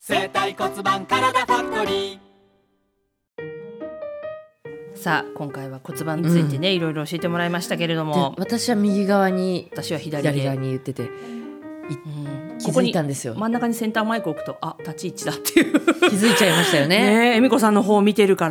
生体骨盤体ファクトリー。さあ今回は骨盤についてね、いろいろ教えてもらいましたけれども、 私は右側に、 私は左側に言ってて、気づいたんですよ。 真ん中にセンターマイク置くと立ち位置だっていう気づいちゃいましたよね。 恵美子さんの方を見てるから、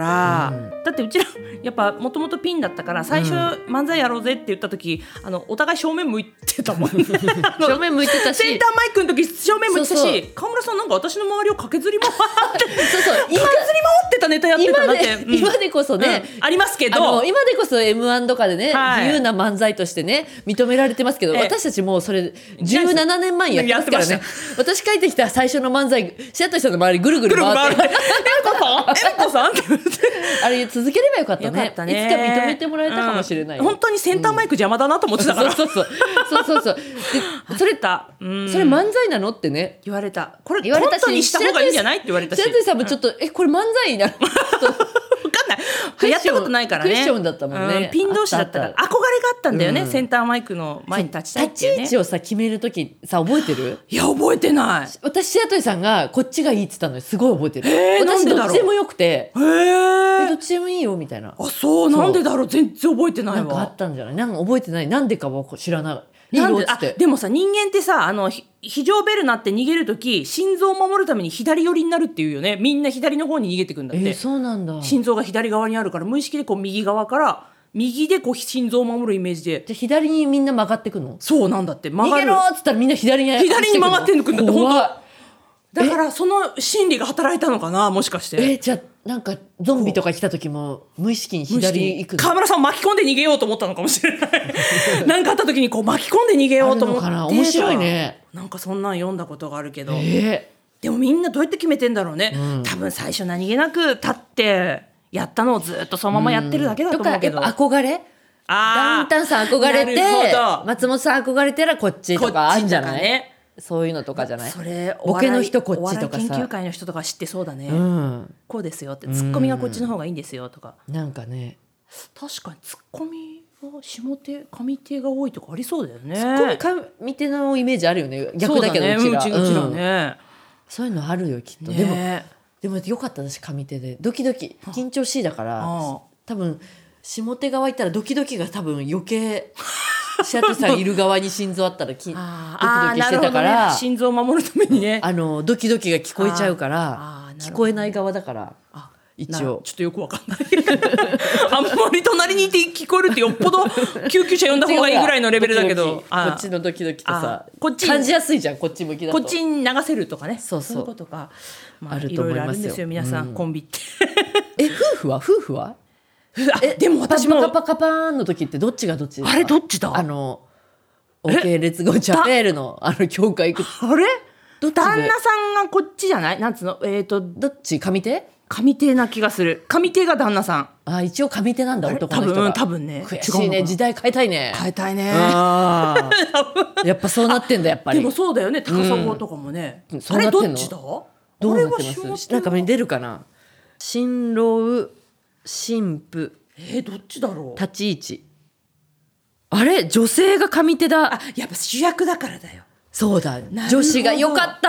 だってうちらやっぱもともとピンだったから最初、漫才やろうぜって言った時お互い正面向いてたもんね正面向いてたし、 センターマイクの時正面向いてたし、川村さんなんか私の周りを駆けずり回って駆けずり回ってたネタやってたなって、 今でこそね、 ありますけど、 今でこそ M1 とかでね、自由な漫才としてね認められてますけど、私たちもうそれ17年前にやってますからね。私帰ってきた最初の漫才、白鳥さんの周りぐるぐる回って恵美子さんあれ続ければよかったね。いつか認めてもらえたかもしれない、 本当にセンターマイク邪魔だなと思ってたから、 そうそれ漫才なのってね言われた。これコントにした方がいいんじゃないって言われたし、 白鳥さんもちょっとこれ漫才なの分かんないやったことないからね。 クッションだったもんね、 ピン同士だったから憧れがあったんだよね、センターマイクの前に立ちたいっていうね。 立ち位置をさ決めるときさ覚えてる？ いや覚えてない。 私白鳥さんがこっちがいいって言ったのすごい覚えてる。 私どっちでもよくて、 どっちでもいいよみたいな。 そうなんでだろう、全然覚えてないわ。 なんかあったんじゃない？なんか覚えてない。なんでかは知らない。 でもさ、人間ってさ非常ベル鳴って逃げるとき心臓を守るために左寄りになるっていうよね。みんな左の方に逃げてくんだって。 そうなんだ。 心臓が左側にあるから無意識でこう右側から右でこう心臓を守るイメージで。 じゃ左にみんな曲がってくの？ そうなんだって。曲がる。 逃げろっつったらみんな左に曲がってんのくんだって。 本当だからその心理が働いたのかな、もしかして。 じゃあなんかゾンビとか来た時も無意識に左行くの？ 川村さん巻き込んで逃げようと思ったのかもしれないなんかあった時にこう巻き込んで逃げようと思って。 面白いね。 なんかそんなん読んだことがあるけど、でもみんなどうやって決めてんだろうね、多分最初何気なく立ってやったのをずっとそのままやってるだけだと思うけど、 とかやっぱ憧れ、ダウンタウンさん憧れて松本さん憧れたらこっちとかあるんじゃない？そういうのとかじゃない？それボケの人こっちとかさ、 お笑い研究会の人とか知ってそうだね、こうですよってツッコミがこっちの方がいいんですよとか、 なんかね、 確かにツッコミは下手上手が多いとかありそうだよね。 ツッコミ上手のイメージあるよね。逆だけどうちらね、そういうのあるよきっと、ね、でもよかった私上手でドキドキ緊張しいだから多分下手側行ったらドキドキが多分余計白鳥さんいる側に心臓あったらドキドキしてたから、 心臓を守るためにねドキドキが聞こえちゃうから聞こえない側だから一応ちょっとよくわかんないあんまり隣にいて聞こえるってよっぽど救急車呼んだ方がいいぐらいのレベルだけどこっちのドキドキとさ感じやすいじゃん、こっち向きだと。 こっちに流せるとかね、そういうことか、 あると思いますよ。いろいろあるんですよ皆さん、コンビって夫婦はでも私もパカパーンの時ってどっちがどっちですか？ あれどっちだ OK レッツゴーチャペールの教会行く。 あれ旦那さんがこっちじゃない？なんつうのどっち？上手？ 上手な気がする。上手が旦那さん。 一応上手なんだ、男の人が。 多分ね。 悔しいね。時代変えたいね。 変えたいね。 やっぱそうなってんだ、やっぱり。 でもそうだよね、高砂とかもね。 あれどっちだ？ どうなってます？なんか出るかな。新郎新婦どっちだろう。 立ち位置。あれ女性が上手だ。 やっぱ主役だからだよ。 そうだ、女子がよかった。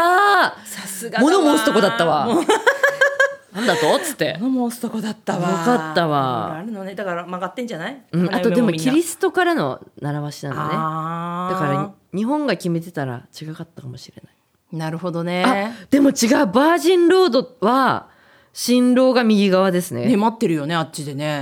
さすが物申すとこだったわなんだとっつって物申すとこだったわ。 よかったわ。 あるのね、だから曲がってんじゃない？ あとでもキリストからの習わしなんだね。だから日本が決めてたら違かったかもしれない。 なるほどね。 でも違う、バージンロードは新郎が右側ですね。 待ってるよね、あっちでね。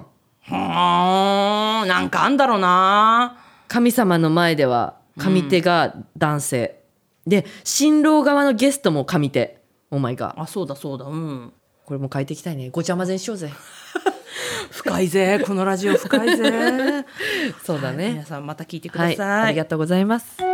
なんかあんだろうな。 神様の前では上手が男性、で新郎側のゲストも上手。オーマイガー。 そうだそうだ、これも変えていきたいね。ごちゃ混ぜにしようぜ深いぜこのラジオ深いぜそうだね、 皆さんまた聞いてください、 ありがとうございます。